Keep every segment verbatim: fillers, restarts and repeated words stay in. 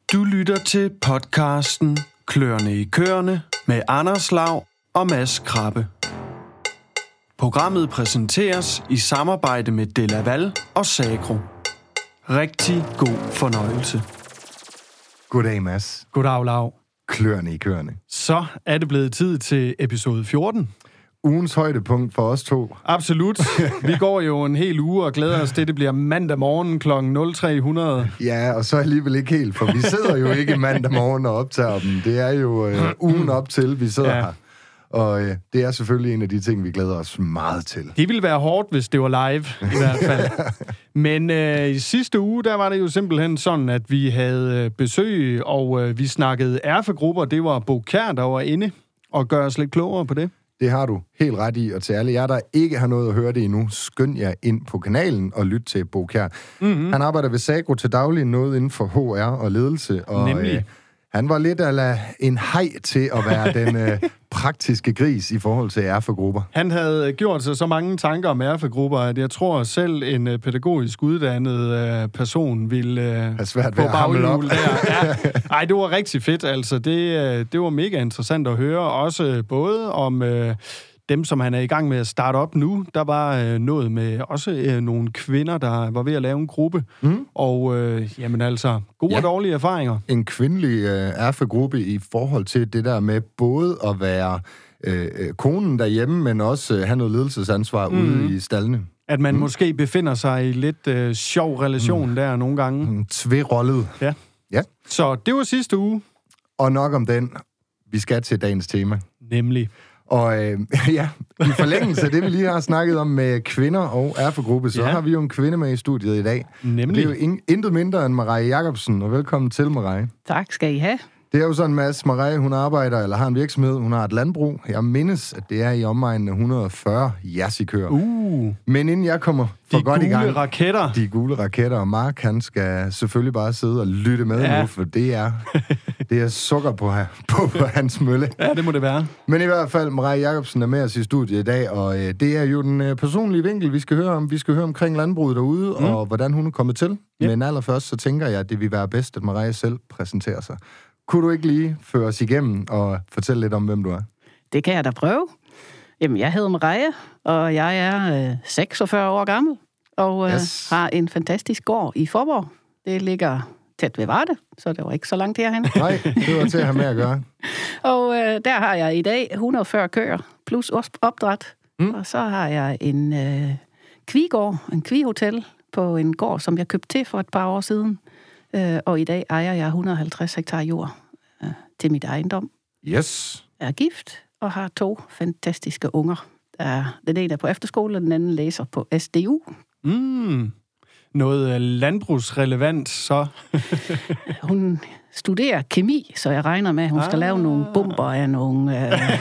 Du lytter til podcasten Kløerne i Køerne med Anders Lav og Mads Krabbe. Programmet præsenteres i samarbejde med Delaval og Sagro. Rigtig god fornøjelse. Goddag, Mads. Goddag, Lav. Kløerne i Køerne. Så er det blevet tid til episode fjorten. Ugens højdepunkt for os to. Absolut. Vi går jo en hel uge og glæder os til, det bliver mandag morgen klokken nul tre hundrede. Ja, og så alligevel ikke helt, for vi sidder jo ikke mandag morgen og optager dem. Det er jo øh, ugen op til, vi sidder ja. her. Og øh, det er selvfølgelig en af de ting, vi glæder os meget til. Det ville være hårdt, hvis det var live, i hvert fald. Men øh, i sidste uge, der var det jo simpelthen sådan, at vi havde besøg, og øh, vi snakkede erfegrupper. Det var Bo Kjær, der var inde, og gør os lidt klogere på det. Det har du helt ret i, og til alle jer, der ikke har noget at høre det endnu, skynd jer ind på kanalen og lyt til Bo Kjær. Mm-hmm. Han arbejder ved Sagro til daglig, noget inden for H R og ledelse. Og, Nemlig. Øh, han var lidt ala en hej til at være den øh, praktiske gris i forhold til erfegrupper. Han havde gjort sig så mange tanker om erfegrupper, at jeg tror selv en øh, pædagogisk uddannet øh, person ville øh, have svært ved at hamle op. Der. Ja. Ej, det var rigtig fedt. Altså, det, øh, det var mega interessant at høre. Også både om øh, dem, som han er i gang med at starte op nu. Der var øh, noget med også øh, nogle kvinder, der var ved at lave en gruppe. Mm. Og øh, jamen altså, gode ja. og dårlige erfaringer. En kvindelig øh, erfegruppe i forhold til det der med både at være øh, konen derhjemme, men også øh, have noget ledelsesansvar mm. ude i staldene. At man mm. måske befinder sig i lidt øh, sjov relation mm. der nogle gange. Mm, tverollet. Ja. ja. Så det var sidste uge. Og nok om den. Vi skal til dagens tema. Nemlig. Og øh, ja, i forlængelse af det, vi lige har snakket om med kvinder og erfegruppe, så ja. har vi jo en kvinde med i studiet i dag. Nemlig. Det er jo intet mindre end Marie Jacobsen, og velkommen til, Marie. Tak skal I have. Det er jo sådan, Mads, Marie, hun arbejder, eller har en virksomhed, hun har et landbrug. Jeg mindes, at det er i omegnen af et hundrede og fyrre jassikøer. Uh. Men inden jeg kommer for de godt i gang... De gule raketter. De gule raketter, og Mark, han skal selvfølgelig bare sidde og lytte med ja. nu, for det er, det er sukker på, på, på hans mølle. Ja, det må det være. Men i hvert fald, Marie Jacobsen er med os i studiet i dag, og øh, det er jo den øh, personlige vinkel, vi skal høre om. Vi skal høre omkring landbruget derude, mm. og hvordan hun er kommet til. Yep. Men allerførst, så tænker jeg, at det vil være bedst, at Marie selv præsenterer sig. Kunne du ikke lige føre os igennem og fortælle lidt om, hvem du er? Det kan jeg da prøve. Jamen, jeg hedder Marie, og jeg er øh, seksogfyrre år gammel, og øh, yes. har en fantastisk gård i Forborg. Det ligger tæt ved Varde, så det var ikke så langt herhen. Nej, det var til at have med at gøre. Og øh, der har jeg i dag et hundrede og fyrre køer, plus opdræt. Mm. Og så har jeg en øh, kvigård, en kvihotel på en gård, som jeg købte til for et par år siden. Uh, og i dag ejer jeg et hundrede og halvtreds hektar jord uh, til mit ejendom. Yes. Jeg er gift og har to fantastiske unger. Der, den ene er på efterskole, og den anden læser på S D U. Mm. Noget uh, landbrugsrelevant, så. Hun studerer kemi, så jeg regner med, at hun ah. skal lave nogle bomber af nogle uh,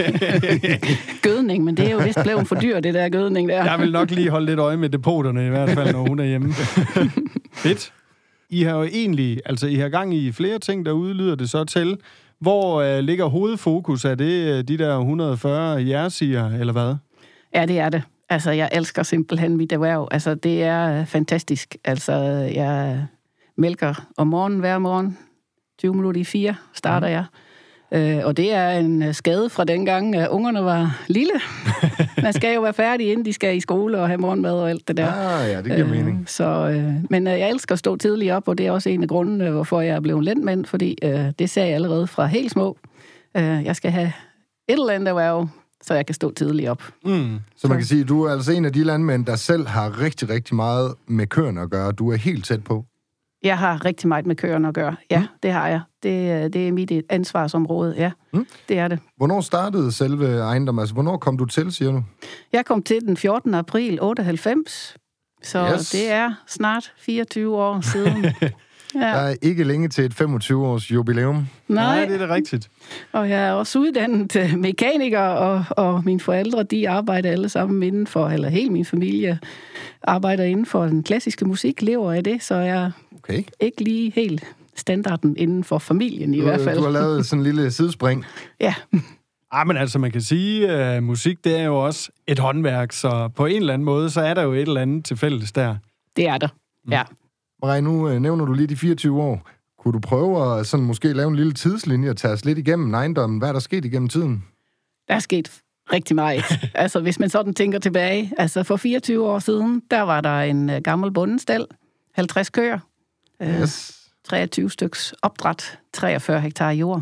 gødning, men det er jo vist blevet for dyrt, det der gødning der. Jeg vil nok lige holde lidt øje med depoterne, i hvert fald, når hun er hjemme. Fedt. I har jo egentlig, altså I har gang i flere ting, derude lyder det så til. Hvor øh, ligger hovedfokus? Er det de der et hundrede og fyrre jersier, eller hvad? Ja, det er det. Altså, jeg elsker simpelthen mit erhverv. Altså, det er fantastisk. Altså, jeg mælker om morgenen hver morgen. tyve minutter i fire starter mm. jeg. Øh, og det er en skade fra dengang, at ungerne var lille. Man skal jo være færdig, inden de skal i skole og have morgenmad og alt det der. Ah, ja, det giver øh, mening. Så, øh, men øh, jeg elsker at stå tidligt op, og det er også en af grundene, hvorfor jeg er blevet landmand, fordi øh, det ser jeg allerede fra helt små. Øh, jeg skal have et eller andet erhverv, så jeg kan stå tidligt op. Mm. Så man kan sige, at du er altså en af de landmænd, der selv har rigtig, rigtig meget med køerne at gøre. Du er helt tæt på. Jeg har rigtig meget med køerne at gøre. Ja, mm. det har jeg. Det, det er mit ansvarsområde, ja. Mm. Det er det. Hvornår startede selve ejendommen? Altså, hvornår kom du til, siger du? Jeg kom til den fjortende april otteoghalvfems. Så yes. det er snart fireogtyve år siden. Ja. Der er ikke længe til et femogtyve års jubilæum. Nej. Nej, det er det rigtigt. Og jeg er også uddannet mekaniker, og, og mine forældre, de arbejder alle sammen inden for, eller hele min familie arbejder inden for den klassiske musik, lever af det, så jeg okay. ikke lige helt standarden inden for familien i du, hvert fald. Du har lavet sådan en lille sidespring. Ja. Ah, men altså, man kan sige, at musik, det er jo også et håndværk, så på en eller anden måde, så er der jo et eller andet til fælles der. Det er der, ja. Marie, nu nævner du lige de fireogtyve år. Kunne du prøve at sådan måske lave en lille tidslinje og tage os lidt igennem ejendommen? Hvad er der sket igennem tiden? Der er sket rigtig meget. Altså, hvis man sådan tænker tilbage. Altså, for fireogtyve år siden, der var der en uh, gammel bondestal, halvtreds køer, uh, Yes. treogtyve styks opdræt, treogfyrre hektar jord.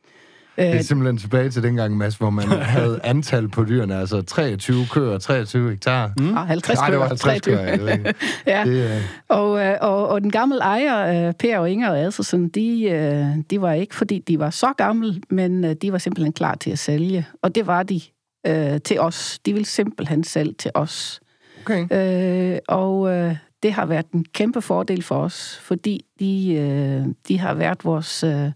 Det er simpelthen tilbage til dengang, Mads, hvor man havde antal på dyrene, altså treogtyve køer, treogtyve hektar. Mm. Og halvtreds Nej, det var halvtreds køer. køer. Ja. Det, uh... og, og, og den gamle ejer, Per og Inger Adsersen, de, de var ikke, fordi de var så gamle, men de var simpelthen klar til at sælge. Og det var de øh, til os. De ville simpelthen sælge til os. Okay. Øh, og øh, det har været en kæmpe fordel for os, fordi de, øh, de har været vores øh,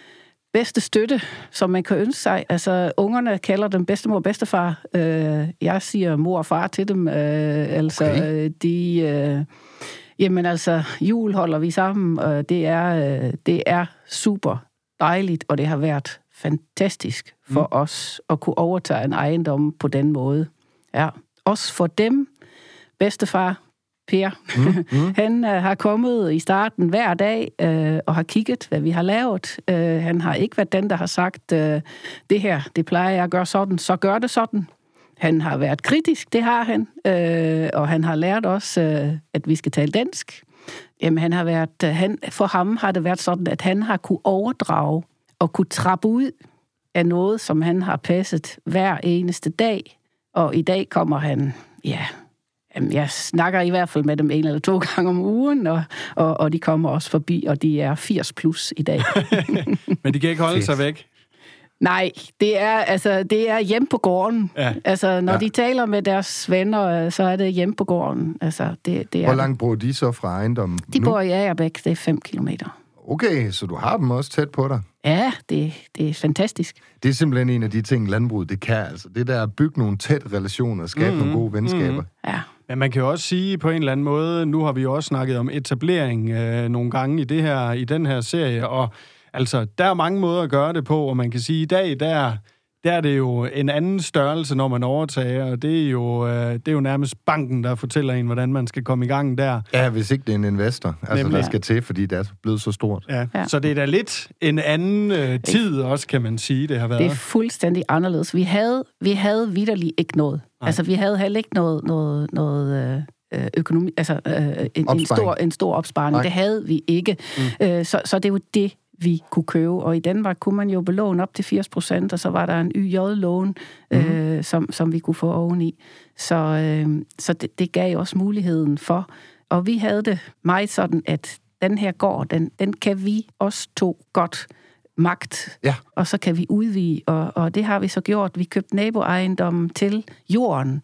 bedste støtte, som man kan ønske sig. Altså, ungerne kalder dem bedstemor og bedstefar. Øh, jeg siger mor og far til dem. Øh, altså, okay. øh, de... Øh, jamen altså, jul holder vi sammen, og det er, øh, det er super dejligt, og det har været fantastisk for mm. os at kunne overtage en ejendom på den måde. Ja, også for dem, bedstefar, Per, mm, mm. han øh, har kommet i starten hver dag øh, og har kigget, hvad vi har lavet. Øh, han har ikke været den, der har sagt, øh, det her, det plejer jeg at gøre sådan, så gør det sådan. Han har været kritisk, det har han, øh, og han har lært os, øh, at vi skal tale dansk. Jamen, han har været, øh, han, for ham har det været sådan, at han har kunne overdrage og kunne trappe ud af noget, som han har passet hver eneste dag. Og i dag kommer han, ja... Jamen, jeg snakker i hvert fald med dem en eller to gange om ugen, og, og, og de kommer også forbi, og de er firs plus i dag. Men de kan ikke holde sig væk? Nej, det er, altså, det er hjemme på gården. Ja. Altså, når ja. de taler med deres venner, så er det hjemme på gården. Altså, det, det er Hvor langt bor de så fra ejendommen De nu? bor i Agerbæk, det er fem kilometer. Okay, så du har dem også tæt på dig? Ja, det, det er fantastisk. Det er simpelthen en af de ting, landbruget det kan. Altså, det der at bygge nogle tæt relationer, skabe mm, nogle gode venskaber. Mm, ja. Men man kan jo også sige på en eller anden måde, nu har vi jo også snakket om etablering øh, nogle gange i, det her, i den her serie, og altså, der er mange måder at gøre det på, og man kan sige, at i dag, der, der er det jo en anden størrelse, når man overtager, og det er jo, øh, det er jo nærmest banken, der fortæller en, hvordan man skal komme i gang der. Ja, hvis ikke det er en investor, altså Nemlig. der skal til, fordi det er blevet så stort. Ja. Ja. Så det er da lidt en anden øh, tid også, kan man sige, det har været. Det er fuldstændig anderledes. Vi havde, vi havde vitterligt ikke noget. Nej. Altså, vi havde heller ikke noget, noget, noget øh, økonomi, altså øh, en, en, stor, en stor opsparing. Nej. Det havde vi ikke. Mm. Øh, så, så det er jo det, vi kunne købe. Og i Danmark kunne man jo belåne op til firs procent, og så var der en Y J-lån, mm-hmm. øh, som, som vi kunne få oveni. Så, øh, så det, det gav også muligheden for. Og vi havde det meget sådan, at den her gård, den, den kan vi også to godt magt, ja. og så kan vi udvide, og, og det har vi så gjort. Vi købte naboejendommen til jorden,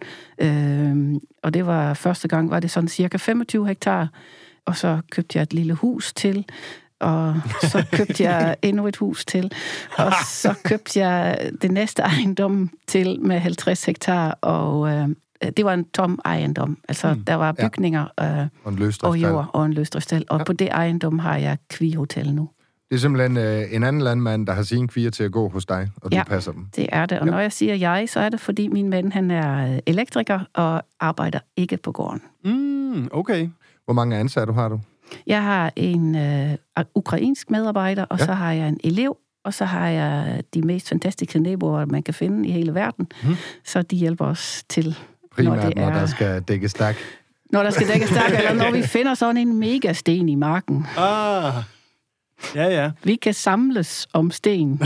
øh, og det var første gang, var det sådan cirka femogtyve hektar, og så købte jeg et lille hus til, og så købte jeg endnu et hus til, og så købte jeg det næste ejendom til med halvtreds hektar, og øh, det var en tom ejendom. Altså, mm. der var bygninger øh, og, en og jord og en løsdriftsstal, og ja. på det ejendom har jeg Kvihotel nu. Det er simpelthen øh, en anden landmand, der har sine kvier til at gå hos dig, og ja, du passer dem. det er det. Og ja. når jeg siger jeg, så er det, fordi min mand, han er elektriker og arbejder ikke på gården. Mm, okay. Hvor mange ansatte har du? Jeg har en øh, ukrainsk medarbejder, og ja. så har jeg en elev, og så har jeg de mest fantastiske naboer, man kan finde i hele verden. Mm. Så de hjælper os til, Primært, når det er... når der skal dækkes stak. Når der skal dækkes stak, eller når vi finder sådan en mega sten i marken. Ah, ja, ja. Vi kan samles om sten.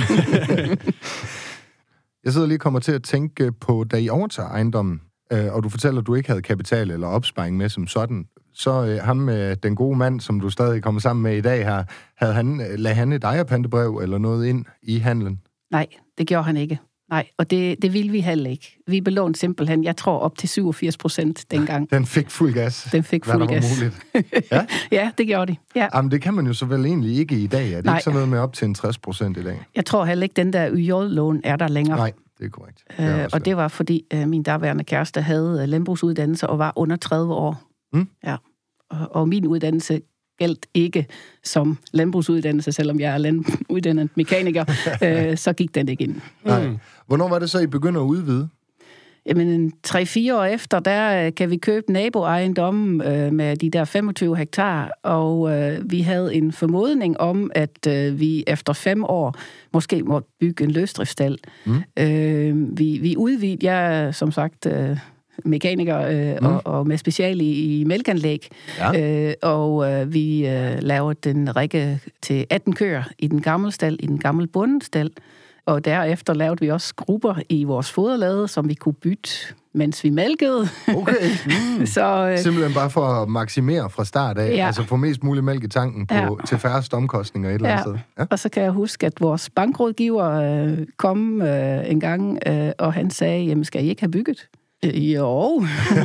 Jeg sidder lige og kommer til at tænke på, da I overtager ejendommen, øh, og du fortæller, at du ikke havde kapital eller opsparing med som sådan, så øh, ham, øh, den gode mand, som du stadig kommer sammen med i dag her, havde han, øh, lagde han et ejerpantebrev eller noget ind i handlen? Nej, det gjorde han ikke. Nej, og det, det ville vi heller ikke. Vi belånte simpelthen, jeg tror, op til syvogfirs procent dengang. Den fik fuld gas. Den fik fuld gas. Ja? Ja, det gjorde de. Ja. Jamen, det kan man jo så vel egentlig ikke i dag. Er det Nej. ikke sådan noget med op til en tres procent i dag? Jeg tror heller ikke, den der Y J-lån er der længere. Nej, det er korrekt. Det er øh, og det var, fordi øh, min daværende kæreste havde landbrugsuddannelse og var under tredive år. Mm. Ja. Og, og min uddannelse gældt ikke som landbrugsuddannelse, selvom jeg er landuddannet mekaniker, øh, så gik den ikke ind. Nej. Hvornår var det så, I begynder at udvide? Jamen, tre-fire år efter, der kan vi købe naboejendommen øh, med de der femogtyve hektar, og øh, vi havde en formodning om, at øh, vi efter fem år måske måtte bygge en løsdriftsstald. Mm. Øh, vi, vi udvidede, jeg er som sagt øh, mekaniker øh, mm. og, og med special i, i mælkeanlæg, ja. øh, og øh, vi øh, lavede en række til atten køer i den gamle stald, i den gamle bondestald. Og derefter lavede vi også grupper i vores foderlade, som vi kunne bytte, mens vi mælkede. Okay. Mm. Så, øh, simpelthen bare for at maksimere fra start af, ja. altså få mest mulig mælk i tanken på, ja. til færreste omkostninger et eller andet ja. sted. Ja. Og så kan jeg huske, at vores bankrådgiver øh, kom øh, en gang, øh, og han sagde, jamen skal I ikke have bygget? Øh, jo.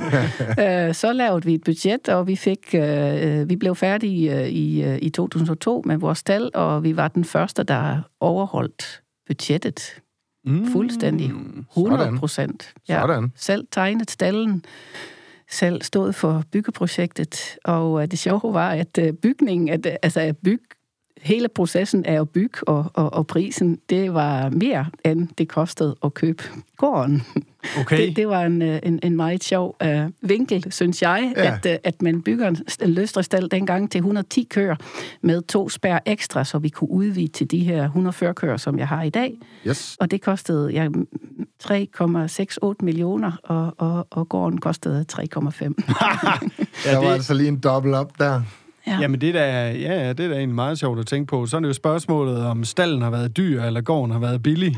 øh, så lavede vi et budget, og vi fik, øh, vi blev færdige øh, i, i to tusind og to med vores stald, og vi var den første, der overholdt budgettet. Mm. Fuldstændig. hundrede procent. Ja. Selv tegnet stallen. Selv stod for byggeprojektet. Og uh, det sjove var, at uh, bygningen, at, uh, altså at bygge, hele processen af at bygge og, og, og prisen, det var mere, end det kostede at købe gården. Okay. Det, det var en, en, en meget sjov uh, vinkel, synes jeg, ja. at, uh, at man bygger en, en løsdriftsstald dengang til et hundrede og ti køer med to spær ekstra, så vi kunne udvide til de her et hundrede og fyrre køer, som jeg har i dag. Yes. Og det kostede ja, tre komma seks otte millioner, og, og, og gården kostede tre komma fem. Ja, der var altså lige en dobbelt op der. Ja. Jamen, det er da, ja, det er da egentlig meget sjovt at tænke på. Så er det jo spørgsmålet, om stallen har været dyr, eller gården har været billig.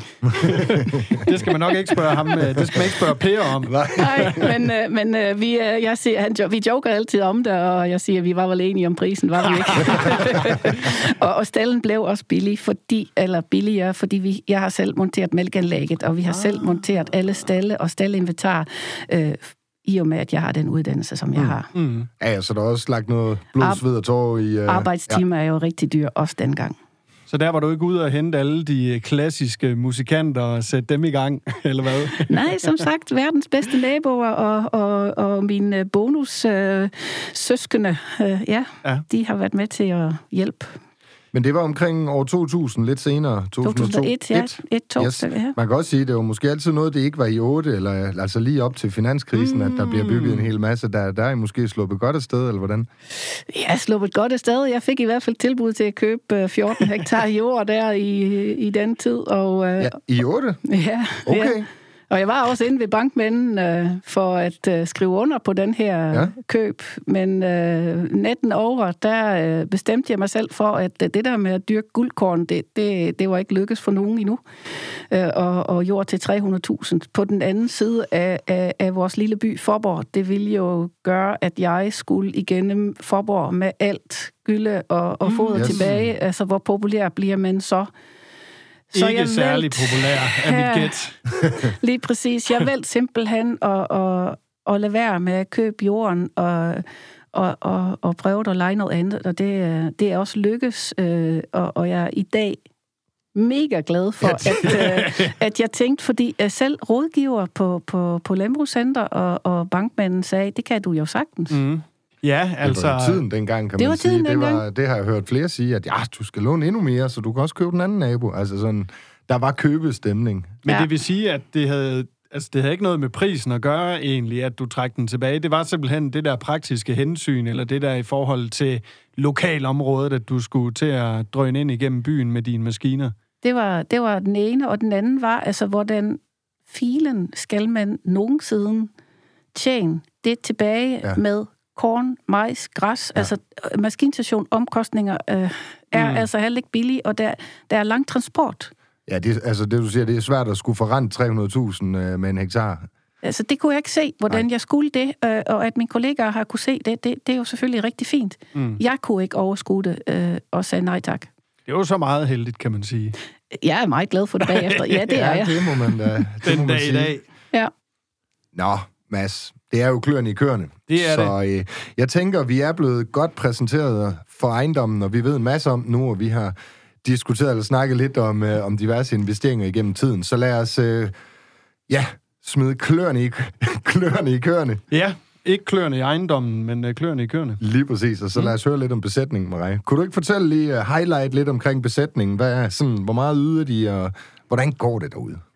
Det skal man nok ikke spørge ham, det skal man ikke spørge Per om. Nej, men, men vi, jeg siger, han, vi joker altid om det, og jeg siger, at vi var vel enige om prisen, var vi ikke? og, og stallen blev også billig, fordi, eller billigere, fordi vi, jeg har selv monteret mælkeanlægget, og vi har ah. selv monteret alle stalle og staldinventar, øh, i og med, at jeg har den uddannelse, som jeg mm. har. Mm. Ja, så der er også lagt noget blod, sved og tår i... Uh, Arbejdstimer ja. er jo rigtig dyr, også dengang. Så der var du ikke ude og hente alle de klassiske musikanter og sætte dem i gang, eller hvad? Nej, som sagt, verdens bedste naboer og, og, og mine bonus øh, søskende, øh, ja, ja, de har været med til at hjælpe. Men det var omkring år to tusind, lidt senere. to tusind og to. to tusind og et, ja. et, to, yes. ja. Man kan også sige, at det var måske altid noget, det ikke var i otte, eller altså lige op til finanskrisen, mm. at der bliver bygget en hel masse. Der, der er I måske sluppet godt afsted, eller hvordan? Ja, sluppet godt afsted. Jeg fik i hvert fald tilbud til at købe fjorten hektar jord der i, i den tid. Og, ja, i otte? Ja. Okay. Ja. Og jeg var også inde ved bankmænden øh, for at øh, skrive under på den her ja. køb. Men øh, natten over, der øh, bestemte jeg mig selv for, at øh, det der med at dyrke guldkorn, det, det, det var ikke lykkes for nogen endnu. Øh, og, og jord til tre hundrede tusind på den anden side af, af, af vores lille by, Faaborg, det ville jo gøre, at jeg skulle igennem Faaborg med alt gylde og, og foder mm, yes. tilbage. Altså, hvor populær bliver man så? Så ikke særlig valgt, populær af mit gæt. Lige præcis. Jeg valgte simpelthen at, at, at lade være med at købe jorden og, og, og, og prøve at lege noget andet. Og det, det er også lykkes. Og, og jeg er i dag mega glad for, at, at jeg tænkte, fordi jeg selv rådgiver på, på, på Landbrugscenter, og, og bankmanden sagde, det kan du jo sagtens. Mm. Ja, altså... Det var tiden dengang, kan det man var sige. Det, var, det har jeg hørt flere sige, at ja, du skal låne endnu mere, så du kan også købe den anden nabo. Altså sådan, der var købestemning. Men ja. det vil sige, at det havde, altså det havde ikke noget med prisen at gøre egentlig, at du trak den tilbage. Det var simpelthen det der praktiske hensyn, eller det der i forhold til lokalområdet, at du skulle til at drøne ind igennem byen med dine maskiner. Det var, det var den ene, og den anden var, altså, hvordan filen skal man nogensinde tjene det tilbage ja. med korn, majs, græs, ja. altså maskinstation, omkostninger øh, er mm. altså heller ikke billige, og der, der er lang transport. Ja, det, altså det du siger, det er svært at skulle forrente tre hundrede tusind øh, med en hektar. Altså det kunne jeg ikke se, hvordan Nej. jeg skulle det, øh, og at mine kollegaer har kunne se det, det, det er jo selvfølgelig rigtig fint. Mm. Jeg kunne ikke overskue det, øh, og sagde nej tak. Det er jo så meget heldigt, kan man sige. Jeg er meget glad for det bagefter. Ja, det er ja, jeg. det må man da. Den må man dag sige. I dag. Ja. Nå, Mads, det er jo kløerne i køerne. Det er så, det. Øh, jeg tænker, vi er blevet godt præsenteret for ejendommen, og vi ved en masse om nu, og vi har diskuteret eller snakket lidt om, øh, om diverse investeringer igennem tiden. Så lad os, øh, ja, smide kløerne i, kløerne i køerne. Ja, ikke kløerne i ejendommen, men øh, kløerne i køerne. Lige præcis, og så lad os høre lidt om besætningen, Marie. Kunne du ikke fortælle lige, uh, highlight lidt omkring besætningen? Hvad er sådan, hvor meget yder de, og hvordan går det derude?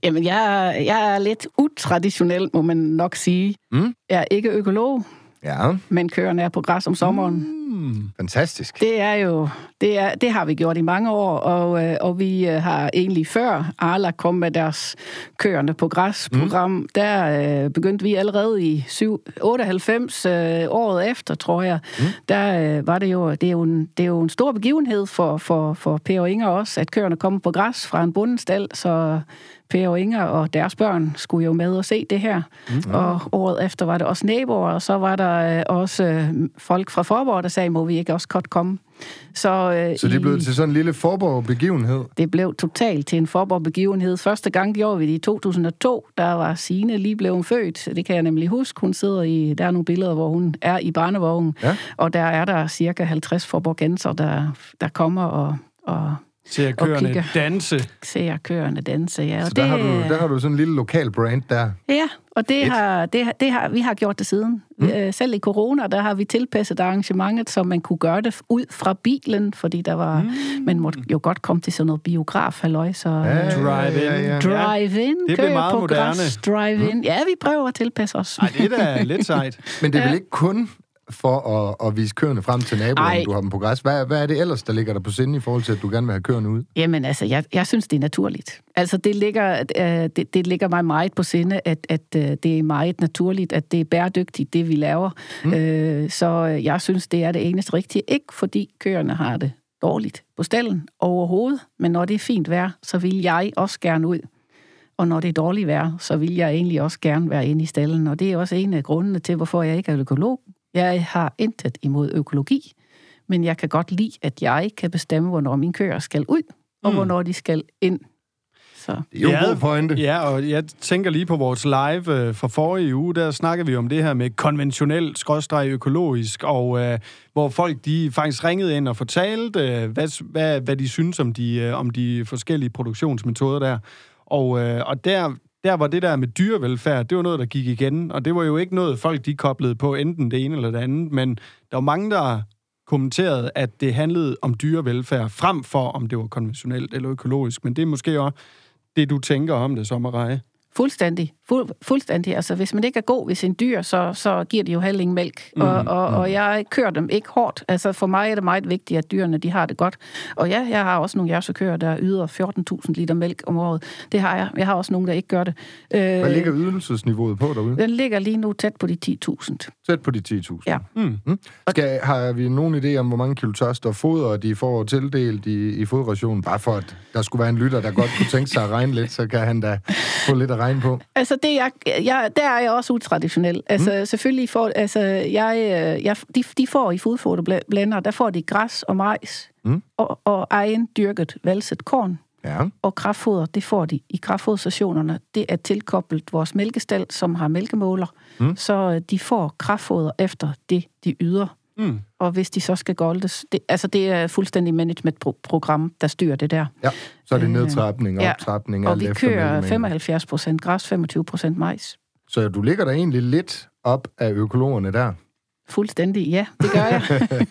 Jamen, jeg, jeg er lidt utraditionel, må man nok sige. Mm. Jeg er ikke økolog, ja. men køerne er på græs om sommeren. Mm. Fantastisk. Det er jo, det, er, det har vi gjort i mange år, og, øh, og vi har egentlig før Arla kom med deres køerne på græs-program, mm. der øh, begyndte vi allerede i otteoghalvfems, øh, året efter, tror jeg. Mm. Der øh, var det jo, det er jo en, det er jo en stor begivenhed for, for, for Per og Inger også, at køerne kommer på græs fra en bondestald, så Per og Inger og deres børn skulle jo med og se det her. Mm. Og året efter var det også naboer, og så var der øh, også øh, folk fra Forborg, der sagde, må vi ikke også godt komme. Så, øh, så det blev til sådan en lille Forborg-begivenhed? Det blev totalt til en Forborg-begivenhed. Første gang gjorde vi det i to tusind og to, der var Signe lige blevet født. Det kan jeg nemlig huske. Hun sidder i, der er nogle billeder, hvor hun er i barnevognen, ja. Og der er der cirka halvtreds forborgenser, der, der kommer og... og Ser køerne danse. Ser køerne danse, ja. Og så det, der, har du, der har du sådan en lille lokal brand der. Ja, og det har, det, har, det har, vi har gjort det siden. Mm. Selv i corona, der har vi tilpasset arrangementet, så man kunne gøre det ud fra bilen, fordi der var, mm. man måtte jo godt komme til sådan noget biograf, halløj, så... Ja, drive-in. Ja, ja. Drive-in, det bliver meget på moderne. Græs, drive-in. Mm. Ja, vi prøver at tilpasse os. Ej, det er da lidt sejt. Men det er vel ikke kun for at, at vise køerne frem til naboen, du har dem på græs. Hvad, hvad er det ellers, der ligger der på sinde i forhold til, at du gerne vil have køerne ud? Jamen altså, jeg, jeg synes, det er naturligt. Altså, det ligger, øh, det, det ligger mig meget på sinde, at, at øh, det er meget naturligt, at det er bæredygtigt, det vi laver. Mm. Øh, så jeg synes, det er det eneste rigtige. Ikke fordi køerne har det dårligt på stallen overhovedet, men når det er fint vejr, så vil jeg også gerne ud. Og når det er dårligt vejr, så vil jeg egentlig også gerne være inde i stallen. Og det er også en af grundene til, hvorfor jeg ikke er økolog. Jeg har intet imod økologi, men jeg kan godt lide, at jeg kan bestemme, hvornår mine køer skal ud, og mm. hvornår de skal ind. Så. Det er jo en god pointe. Ja, og jeg tænker lige på vores live øh, fra forrige uge, der snakker vi om det her med konventionel skråstreg økologisk, og øh, hvor folk de faktisk ringede ind og fortalte, øh, hvad, hvad, hvad de synes om de, øh, om de forskellige produktionsmetoder der. Og, øh, og der... Der var det der med dyrevelfærd, det var noget, der gik igen, og det var jo ikke noget, folk de koblede på enten det ene eller det andet, men der var mange, der kommenterede, at det handlede om dyrevelfærd, frem for om det var konventionelt eller økologisk, men det er måske også det, du tænker om det, Sommerreje. Fuldstændig. Fuld, fuldstændig. Altså, hvis man ikke er god ved sin dyr, så, så giver det jo heller ingen mælk. Mm, og, og, mm. og jeg kører dem ikke hårdt. Altså, for mig er det meget vigtigt, at dyrene de har det godt. Og ja, jeg har også nogle jersekøer, der yder fjorten tusind liter mælk om året. Det har jeg. Jeg har også nogle, der ikke gør det. Hvad ligger ydelsesniveauet på derude? Den ligger lige nu tæt på de ti tusind. Tæt på de ti tusind? Ja. Mm. Mm. Skal, har vi nogen idé om, hvor mange kilo tørst og foder, de får tildelt i, i foderrationen? Bare for, at der skulle være en lytter, der godt kunne tænke sig at regne lidt, så kan han da få lidt at regne på. Altså, det jeg, jeg, der er jeg også utraditionel. Altså, mm. selvfølgelig får, altså, jeg, jeg, de, de får i fodfoderblender, der får de græs og majs, mm. og, og egen dyrket valset korn. Ja. Og kraftfoder, det får de i kraftfoderstationerne. Det er tilkoblet vores mælkestal, som har mælkemåler, mm. så de får kraftfoder efter det, de yder. Mm. Og hvis de så skal goldes, det, altså det er fuldstændig managementprogram, der styrer det der. Ja, så er det nedtrapning og optrapning. Ja. Og vi kører femoghalvfjerds procent græs, femogtyve procent majs. Så du ligger der egentlig lidt op af økologerne der? Fuldstændig, ja, det gør jeg.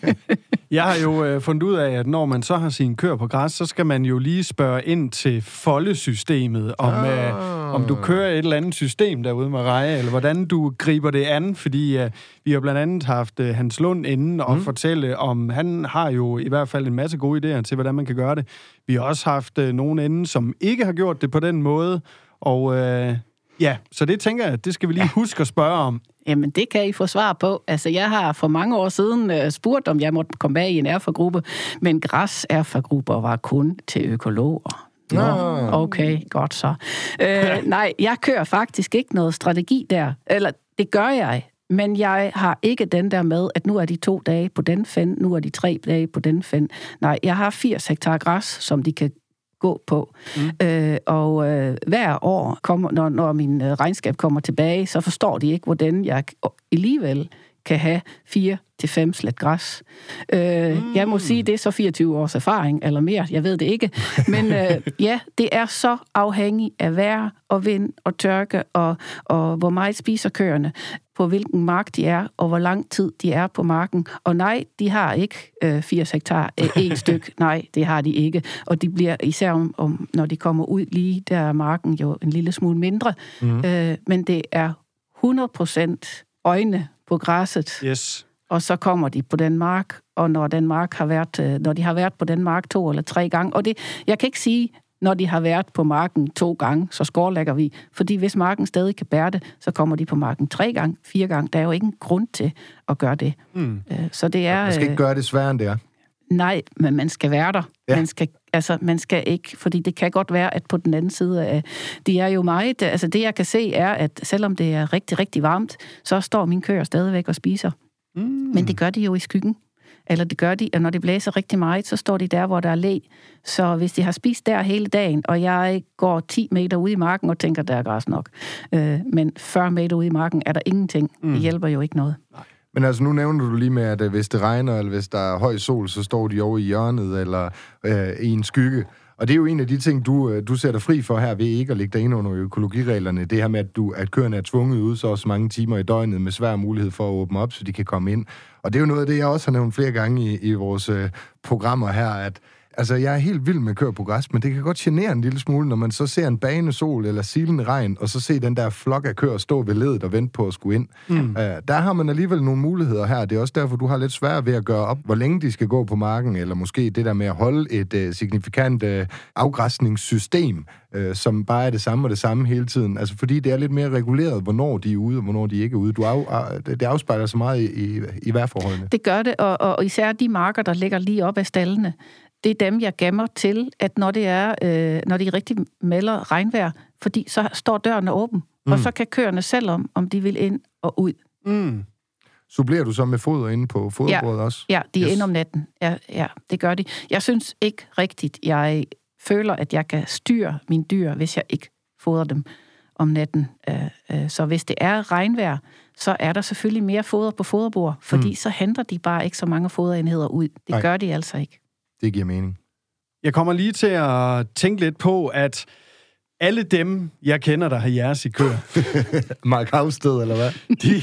Jeg har jo øh, fundet ud af, at når man så har sine køer på græs, så skal man jo lige spørge ind til foldesystemet, om, ah. øh, om du kører et eller andet system derude med Reje, eller hvordan du griber det an, fordi øh, vi har blandt andet haft øh, Hans Lund inden og mm. fortælle om, han har jo i hvert fald en masse gode idéer til, hvordan man kan gøre det. Vi har også haft øh, nogen inden, som ikke har gjort det på den måde, og... Øh, Ja, så det tænker jeg, det skal vi lige huske at spørge om. Jamen, det kan I få svar på. Altså, jeg har for mange år siden uh, spurgt, om jeg måtte komme med i en erfagruppe, men græs-erfagrupper var kun til økologer. Nå, okay, godt så. Uh, nej, jeg kører faktisk ikke noget strategi der. Eller, det gør jeg, men jeg har ikke den der med, at nu er de to dage på den fænd, nu er de tre dage på den fænd. Nej, jeg har firs hektar græs, som de kan gå på. Mm. Øh, og øh, hver år, kommer, når, når min øh, regnskab kommer tilbage, så forstår de ikke, hvordan jeg alligevel kan have fire til fem slet græs. Øh, mm. Jeg må sige, det er så fireogtyve års erfaring, eller mere, jeg ved det ikke. Men øh, ja, det er så afhængigt af vejr og vind og tørke, og, og hvor meget spiser køerne, på hvilken mark de er, og hvor lang tid de er på marken. Og nej, de har ikke øh, firs hektar, øh, et styk. Nej, det har de ikke. Og de bliver, især om, om, når de kommer ud lige, der er marken jo en lille smule mindre. Mm. Øh, men det er hundrede procent øjne på græsset. Yes. Og så kommer de på den mark, og når den mark har været, når de har været på den mark to eller tre gange, og det, jeg kan ikke sige, når de har været på marken to gange, så skorlægger vi. Fordi hvis marken stadig kan bære det, så kommer de på marken tre gange, fire gange. Der er jo ingen grund til at gøre det. Mm. Så det er... Man skal ikke gøre det sværere, end det er. Nej, men man skal være der. Ja. Man skal, altså, man skal ikke, fordi det kan godt være, at på den anden side af... De er jo meget... Altså, det jeg kan se er, at selvom det er rigtig, rigtig varmt, så står mine køer stadigvæk og spiser. Mm. Men det gør de jo i skyggen. Eller det gør de, og når det blæser rigtig meget, så står de der, hvor der er læ. Så hvis de har spist der hele dagen, og jeg går ti meter ude i marken og tænker, der er græs nok. Øh, men fyrre meter ude i marken er der ingenting. Mm. Det hjælper jo ikke noget. Nej. Men altså, nu nævner du lige med, at hvis det regner, eller hvis der er høj sol, så står de over i hjørnet, eller øh, i en skygge. Og det er jo en af de ting, du, du sætter fri for her, ved ikke at lægge dig ind under økologireglerne. Det her med, at, du, at køerne er tvunget ud så også mange timer i døgnet med svær mulighed for at åbne op, så de kan komme ind. Og det er jo noget af det, jeg også har nævnt flere gange i, i vores øh, programmer her, at altså, jeg er helt vild med at køre på græs, men det kan godt genere en lille smule, når man så ser en bane sol eller silende regn, og så ser den der flok af køer stå ved ledet og vente på at skulle ind. Mm. Uh, der har man alligevel nogle muligheder her. Det er også derfor, du har lidt svært ved at gøre op, hvor længe de skal gå på marken, eller måske det der med at holde et uh, signifikant uh, afgræsningssystem, uh, som bare er det samme og det samme hele tiden. Altså, fordi det er lidt mere reguleret, hvornår de er ude, og hvornår de ikke er ude. Du af, det afspejler så meget i, i, i vejrforholdene. Det gør det, og, og især de marker, der ligger lige op ad stallene. Det er dem, jeg gemmer til, at når det er, øh, når de rigtig melder regnvejr, fordi så står døren åben, mm. og så kan køerne selv om, om de vil ind og ud. Mm. Supplerer du så med foder inde på foderbordet ja, også? Ja, de er yes. inde om natten. Ja, ja, det gør de. Jeg synes ikke rigtigt, jeg føler, at jeg kan styre mine dyr, hvis jeg ikke fodrer dem om natten. Så hvis det er regnvejr, så er der selvfølgelig mere foder på foderbord, fordi mm. så henter de bare ikke så mange foderenheder ud. Det Nej. gør de altså ikke. Det giver mening. Jeg kommer lige til at tænke lidt på, at alle dem, jeg kender, der har jeres i køer... Mark Havsted, eller hvad? De,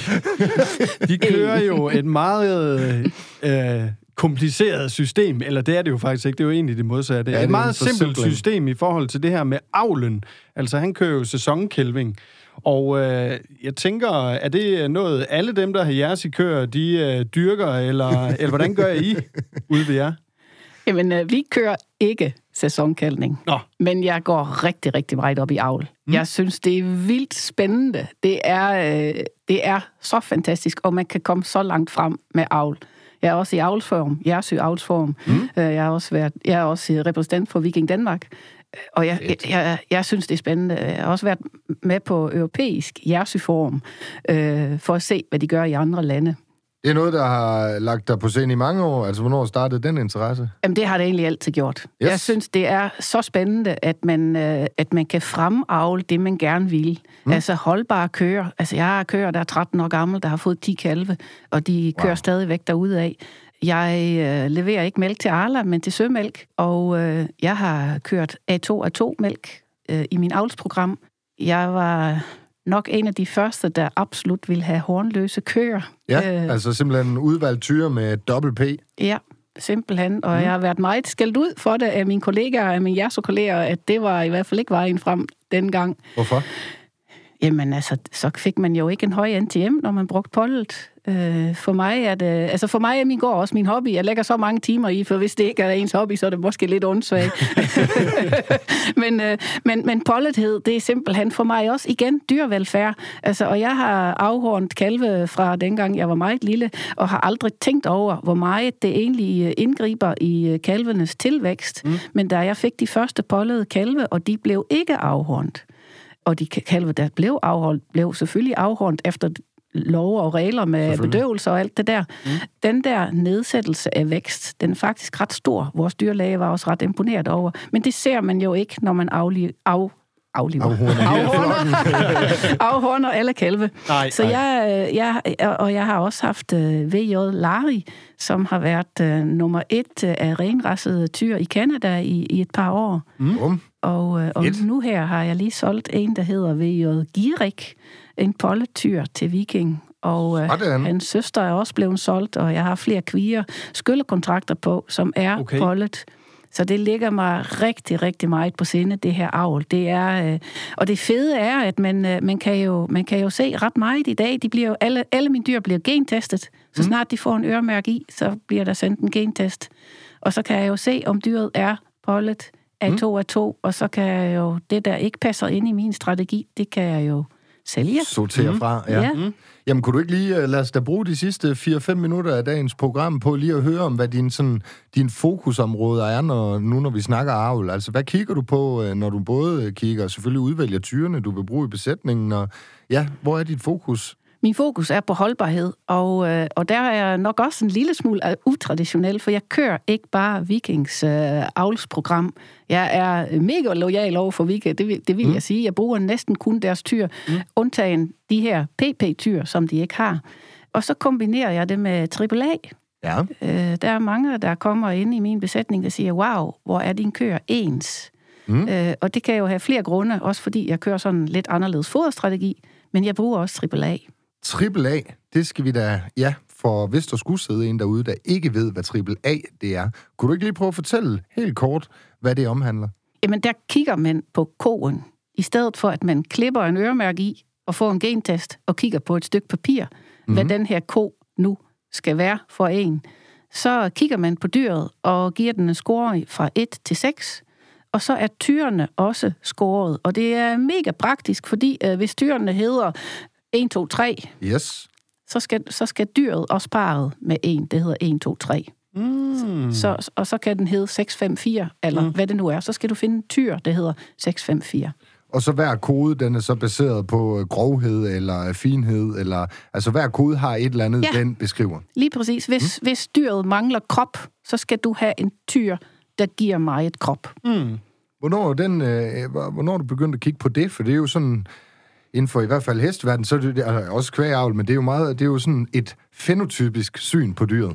de kører jo et meget øh, kompliceret system, eller det er det jo faktisk ikke, det er jo egentlig det modsatte. Ja, det er et meget simpelt system i forhold til det her med avlen. Altså, han kører jo sæsonkælving. Og øh, jeg tænker, er det noget, alle dem, der har jeres i køer, de øh, dyrker, eller, eller hvordan gør I ude ved jer? Jamen, øh, vi kører ikke sæsonkaldning, Nå. men jeg går rigtig, rigtig meget op i avl. Mm. Jeg synes, det er vildt spændende. Det er, øh, det er så fantastisk, og man kan komme så langt frem med avl. Jeg er også i avlsform, Jersø avlsform. Mm. Jeg har også været, jeg er også repræsentant for Viking Danmark. Og jeg, jeg, jeg, jeg synes, det er spændende. Jeg har også været med på europæisk Jersø-forum, øh, for at se, hvad de gør i andre lande. Det er noget, der har lagt dig på scenen i mange år. Altså, hvornår startede den interesse? Jamen, det har det egentlig altid gjort. Yes. Jeg synes, det er så spændende, at man, øh, at man kan fremavle det, man gerne vil. Mm. Altså, holdbare køer. Altså, jeg har køer, der er tretten år gammel, der har fået ti kalve, og de kører wow. stadigvæk derudad. Jeg øh, leverer ikke mælk til Arla, men til sømælk, og øh, jeg har kørt A to A to-mælk øh, i min avlsprogram. Jeg var nok en af de første, der absolut ville have hornløse køer. Ja, øh, altså simpelthen udvalgt tyre med dobbelt P. Ja, simpelthen. Og mm. jeg har været meget skældt ud for det af mine kollegaer, af mine Jerso-kolleger, at det var i hvert fald ikke vejen frem dengang. Hvorfor? Jamen altså, så fik man jo ikke en høj N T M, når man brugte pollet. Øh, for mig er det, altså for mig er min gård også min hobby. Jeg lægger så mange timer i, for hvis det ikke er ens hobby, så er det måske lidt ondsvagt. men, øh, men, men pollethed, det er simpelthen for mig også igen dyrevelfærd. Altså, og jeg har afhornet kalve fra dengang jeg var meget lille, og har aldrig tænkt over, hvor meget det egentlig indgriber i kalvenes tilvækst. Mm. Men da jeg fik de første pollede kalve, og de blev ikke afhornet, og de kalve, der blev afholdt, blev selvfølgelig afhornet efter lov og regler med bedøvelse og alt det der. Mm. Den der nedsættelse af vækst, den er faktisk ret stor. Vores dyrlæge var også ret imponeret over. Men det ser man jo ikke, når man afli- afliver. Afhorner. Afhorner alle kalve. Nej, så jeg, jeg, og jeg har også haft V J Larry, som har været uh, nummer et af renrassede tyr i Canada i, i et par år. Mm. Og, uh, og nu her har jeg lige solgt en, der hedder V J Girik, en polletyr til Viking. Og uh, hans søster er også blevet solgt, og jeg har flere kvier skyllekontrakter på, som er okay. pollet. Så det ligger mig rigtig, rigtig meget på sinde, det her avl. Det er, øh, og det fede er, at man, øh, man, kan jo, man kan jo se ret meget i dag. De bliver jo, alle, alle mine dyr bliver gentestet. Så snart de får en øremærke i, så bliver der sendt en gentest. Og så kan jeg jo se, om dyret er pollet A to A to, og så kan jeg jo, det der ikke passer ind i min strategi, det kan jeg jo sælge. Sortere fra, ja. ja. Mm. Jamen, kunne du ikke lige lade os da bruge de sidste fire til fem minutter af dagens program på lige at høre om, hvad din, sådan, din fokusområder er, når, nu når vi snakker avl? Altså, hvad kigger du på, når du både kigger og selvfølgelig udvælger tyrene, du vil bruge i besætningen, og ja, hvor er dit fokus? Min fokus er på holdbarhed, og, øh, og der er jeg nok også en lille smule utraditionel, for jeg kører ikke bare Vikings øh, avlsprogram. Jeg er mega loyal over for Viking, det vil, det vil mm. jeg sige. Jeg bruger næsten kun deres tyr, mm. undtagen de her P P-tyr, som de ikke har. Og så kombinerer jeg det med triple A. Ja. Øh, der er mange, der kommer ind i min besætning, der siger, wow, hvor er din køer ens? Mm. Øh, og det kan jo have flere grunde, også fordi jeg kører sådan lidt anderledes foderstrategi, men jeg bruger også triple A. Triple A, det skal vi da, ja, for hvis der skulle sidde en derude, der ikke ved, hvad triple A det er. Kunne du ikke lige prøve at fortælle helt kort, hvad det omhandler? Jamen, der kigger man på koen, i stedet for, at man klipper en øremærke i og får en gentest og kigger på et stykke papir, mm-hmm. hvad den her ko nu skal være for en. Så kigger man på dyret og giver den en score fra et til seks, og så er tyrene også scoret. Og det er mega praktisk, fordi øh, hvis tyrene hedder et, to, tre, yes. så, skal, så skal dyret også parret med en. Det hedder et, to, tre. Mm. Så, og så kan den hedde seks, fem, fire, eller mm. hvad det nu er. Så skal du finde en tyr, der hedder seks, fem, fire. Og så hver kode, den er så baseret på grovhed eller finhed, eller altså hver kode har et eller andet, ja. Den beskriver. Lige præcis. Hvis, mm. hvis dyret mangler krop, så skal du have en tyr, der giver mig et krop. Mm. Hvornår, den, øh, hvornår er du begyndt at kigge på det? For det er jo sådan, inden for i hvert fald hesteverden, så er det altså også kvægavl, men det er jo meget, det er jo sådan et fenotypisk syn på dyret.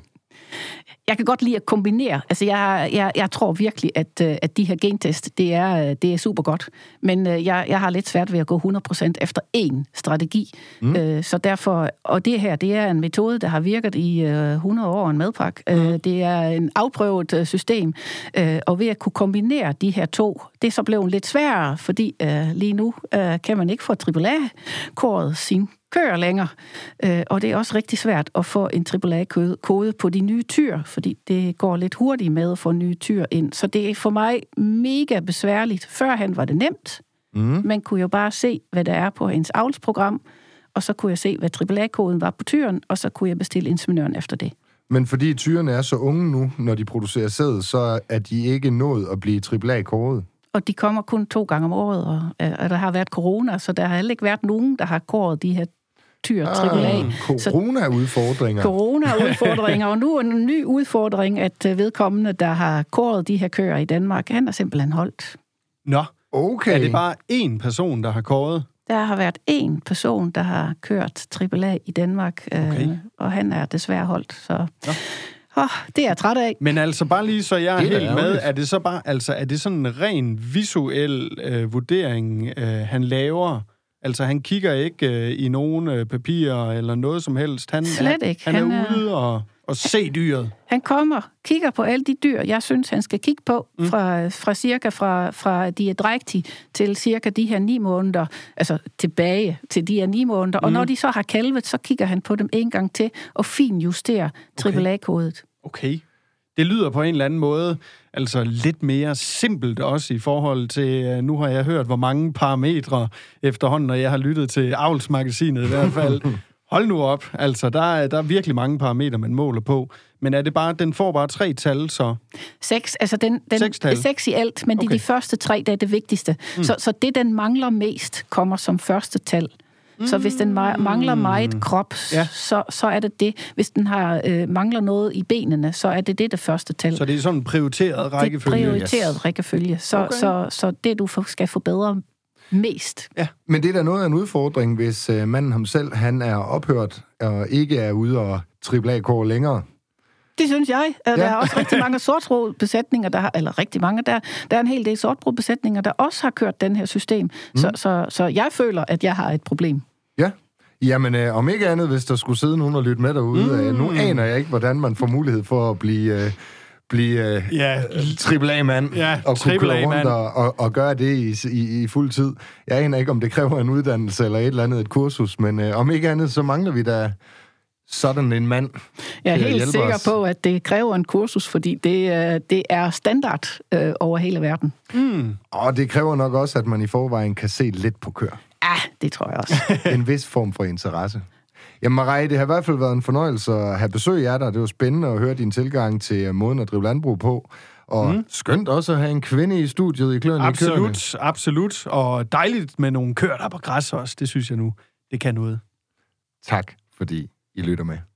Jeg kan godt lide at kombinere. Altså, jeg, jeg, jeg tror virkelig, at, at de her gentest, det er, det er super godt. Men jeg, jeg har lidt svært ved at gå hundrede procent efter én strategi. Mm. Så derfor, og det her, det er en metode, der har virket i hundrede år, en madpakke. Mm. Det er en afprøvet system. Og ved at kunne kombinere de her to, det er så blevet lidt sværere, fordi lige nu kan man ikke få triple A-kåret sin kører længere, øh, og det er også rigtig svært at få en triple A-kode på de nye tyr, fordi det går lidt hurtigt med at få nye tyr ind. Så det er for mig mega besværligt. Førhen var det nemt. Mm. Man kunne jo bare se, hvad der er på ens avlsprogram, og så kunne jeg se, hvad triple A-koden var på tyren, og så kunne jeg bestille inseminøren efter det. Men fordi tyrene er så unge nu, når de producerer sæd, så er de ikke nået at blive triple A-kåret. Og de kommer kun to gange om året, og, og der har været corona, så der har heller ikke været nogen, der har kåret de her tyr, triple A. Ah, corona-udfordringer. Corona-udfordringer, og nu er en ny udfordring, at vedkommende, der har kåret de her køer i Danmark, han er simpelthen holdt. Nå, okay. Er det bare én person, der har kåret? Der har været én person, der har kørt triple A i Danmark, okay. øh, og han er desværre holdt, så... Oh, det er jeg træt af. Men altså bare lige så jeg er, er helt ærligt. Med, er det så bare, altså er det sådan en ren visuel øh, vurdering, øh, han laver? Altså han kigger ikke øh, i nogen øh, papirer eller noget som helst. Han, Slet ikke. Han, han er han ude og, og se dyret. Han kommer, kigger på alle de dyr, jeg synes, han skal kigge på, mm. fra, fra cirka fra, fra de er drægtige til cirka de her ni måneder, altså tilbage til de her ni måneder. Mm. Og når de så har kalvet, så kigger han på dem en gang til og finjusterer triple A-kodet. Okay. Det lyder på en eller anden måde altså lidt mere simpelt også i forhold til, nu har jeg hørt, hvor mange parametre efterhånden, når jeg har lyttet til Avlsmagasinet i hvert fald. Hold nu op, altså der er, der er virkelig mange parametre, man måler på. Men er det bare, den får bare tre tal, så? Seks, altså den, den seks, er seks i alt, men okay. de, de første tre, der er det vigtigste. Mm. Så, så det, den mangler mest, kommer som første tal. Mm. Så hvis den mangler meget krop, ja. så, så er det det. Hvis den har øh, mangler noget i benene, så er det det, det første tal. Så det er sådan en prioriteret rækkefølge? Det er prioriteret yes. rækkefølge. Så, okay. så, så det, du skal få bedre Mest. Ja, men det er da noget af en udfordring, hvis uh, manden ham selv, han er ophørt og ikke er ude og triple A-kår længere. Det synes jeg. Der Ja. er også rigtig mange sortbrød-besætninger, der har, eller rigtig mange, der, der er en hel del sortbrød-besætninger, der også har kørt den her system. Mm. Så, så, så jeg føler, at jeg har et problem. Ja, jamen øh, om ikke andet, hvis der skulle sidde nogen og lytte med derude, mm. øh, nu aner jeg ikke, hvordan man får mulighed for at blive... Øh, blive øh, Ja. triple A-mand Ja, og kunne triple køre rundt A-mand. og, og, og gøre det i, i, i fuld tid. Jeg aner ikke, om det kræver en uddannelse eller et eller andet et kursus, men øh, om ikke andet, så mangler vi da sådan en mand. Jeg er til at helt hjælpe sikker os. på, at det kræver en kursus, fordi det, øh, det er standard øh, over hele verden. Mm. Og det kræver nok også, at man i forvejen kan se lidt på kør. Ja, det tror jeg også. En vis form for interesse. Jamen Marie, det har i hvert fald været en fornøjelse at have besøg af dig. Det var spændende at høre din tilgang til måden at drive landbrug på. Og mm. skønt også at have en kvinde i studiet i Kløerne i Køerne. Absolut, absolut. Og dejligt med nogle køer, der er på græs også. Det synes jeg nu, det kan noget. Tak, fordi I lytter med.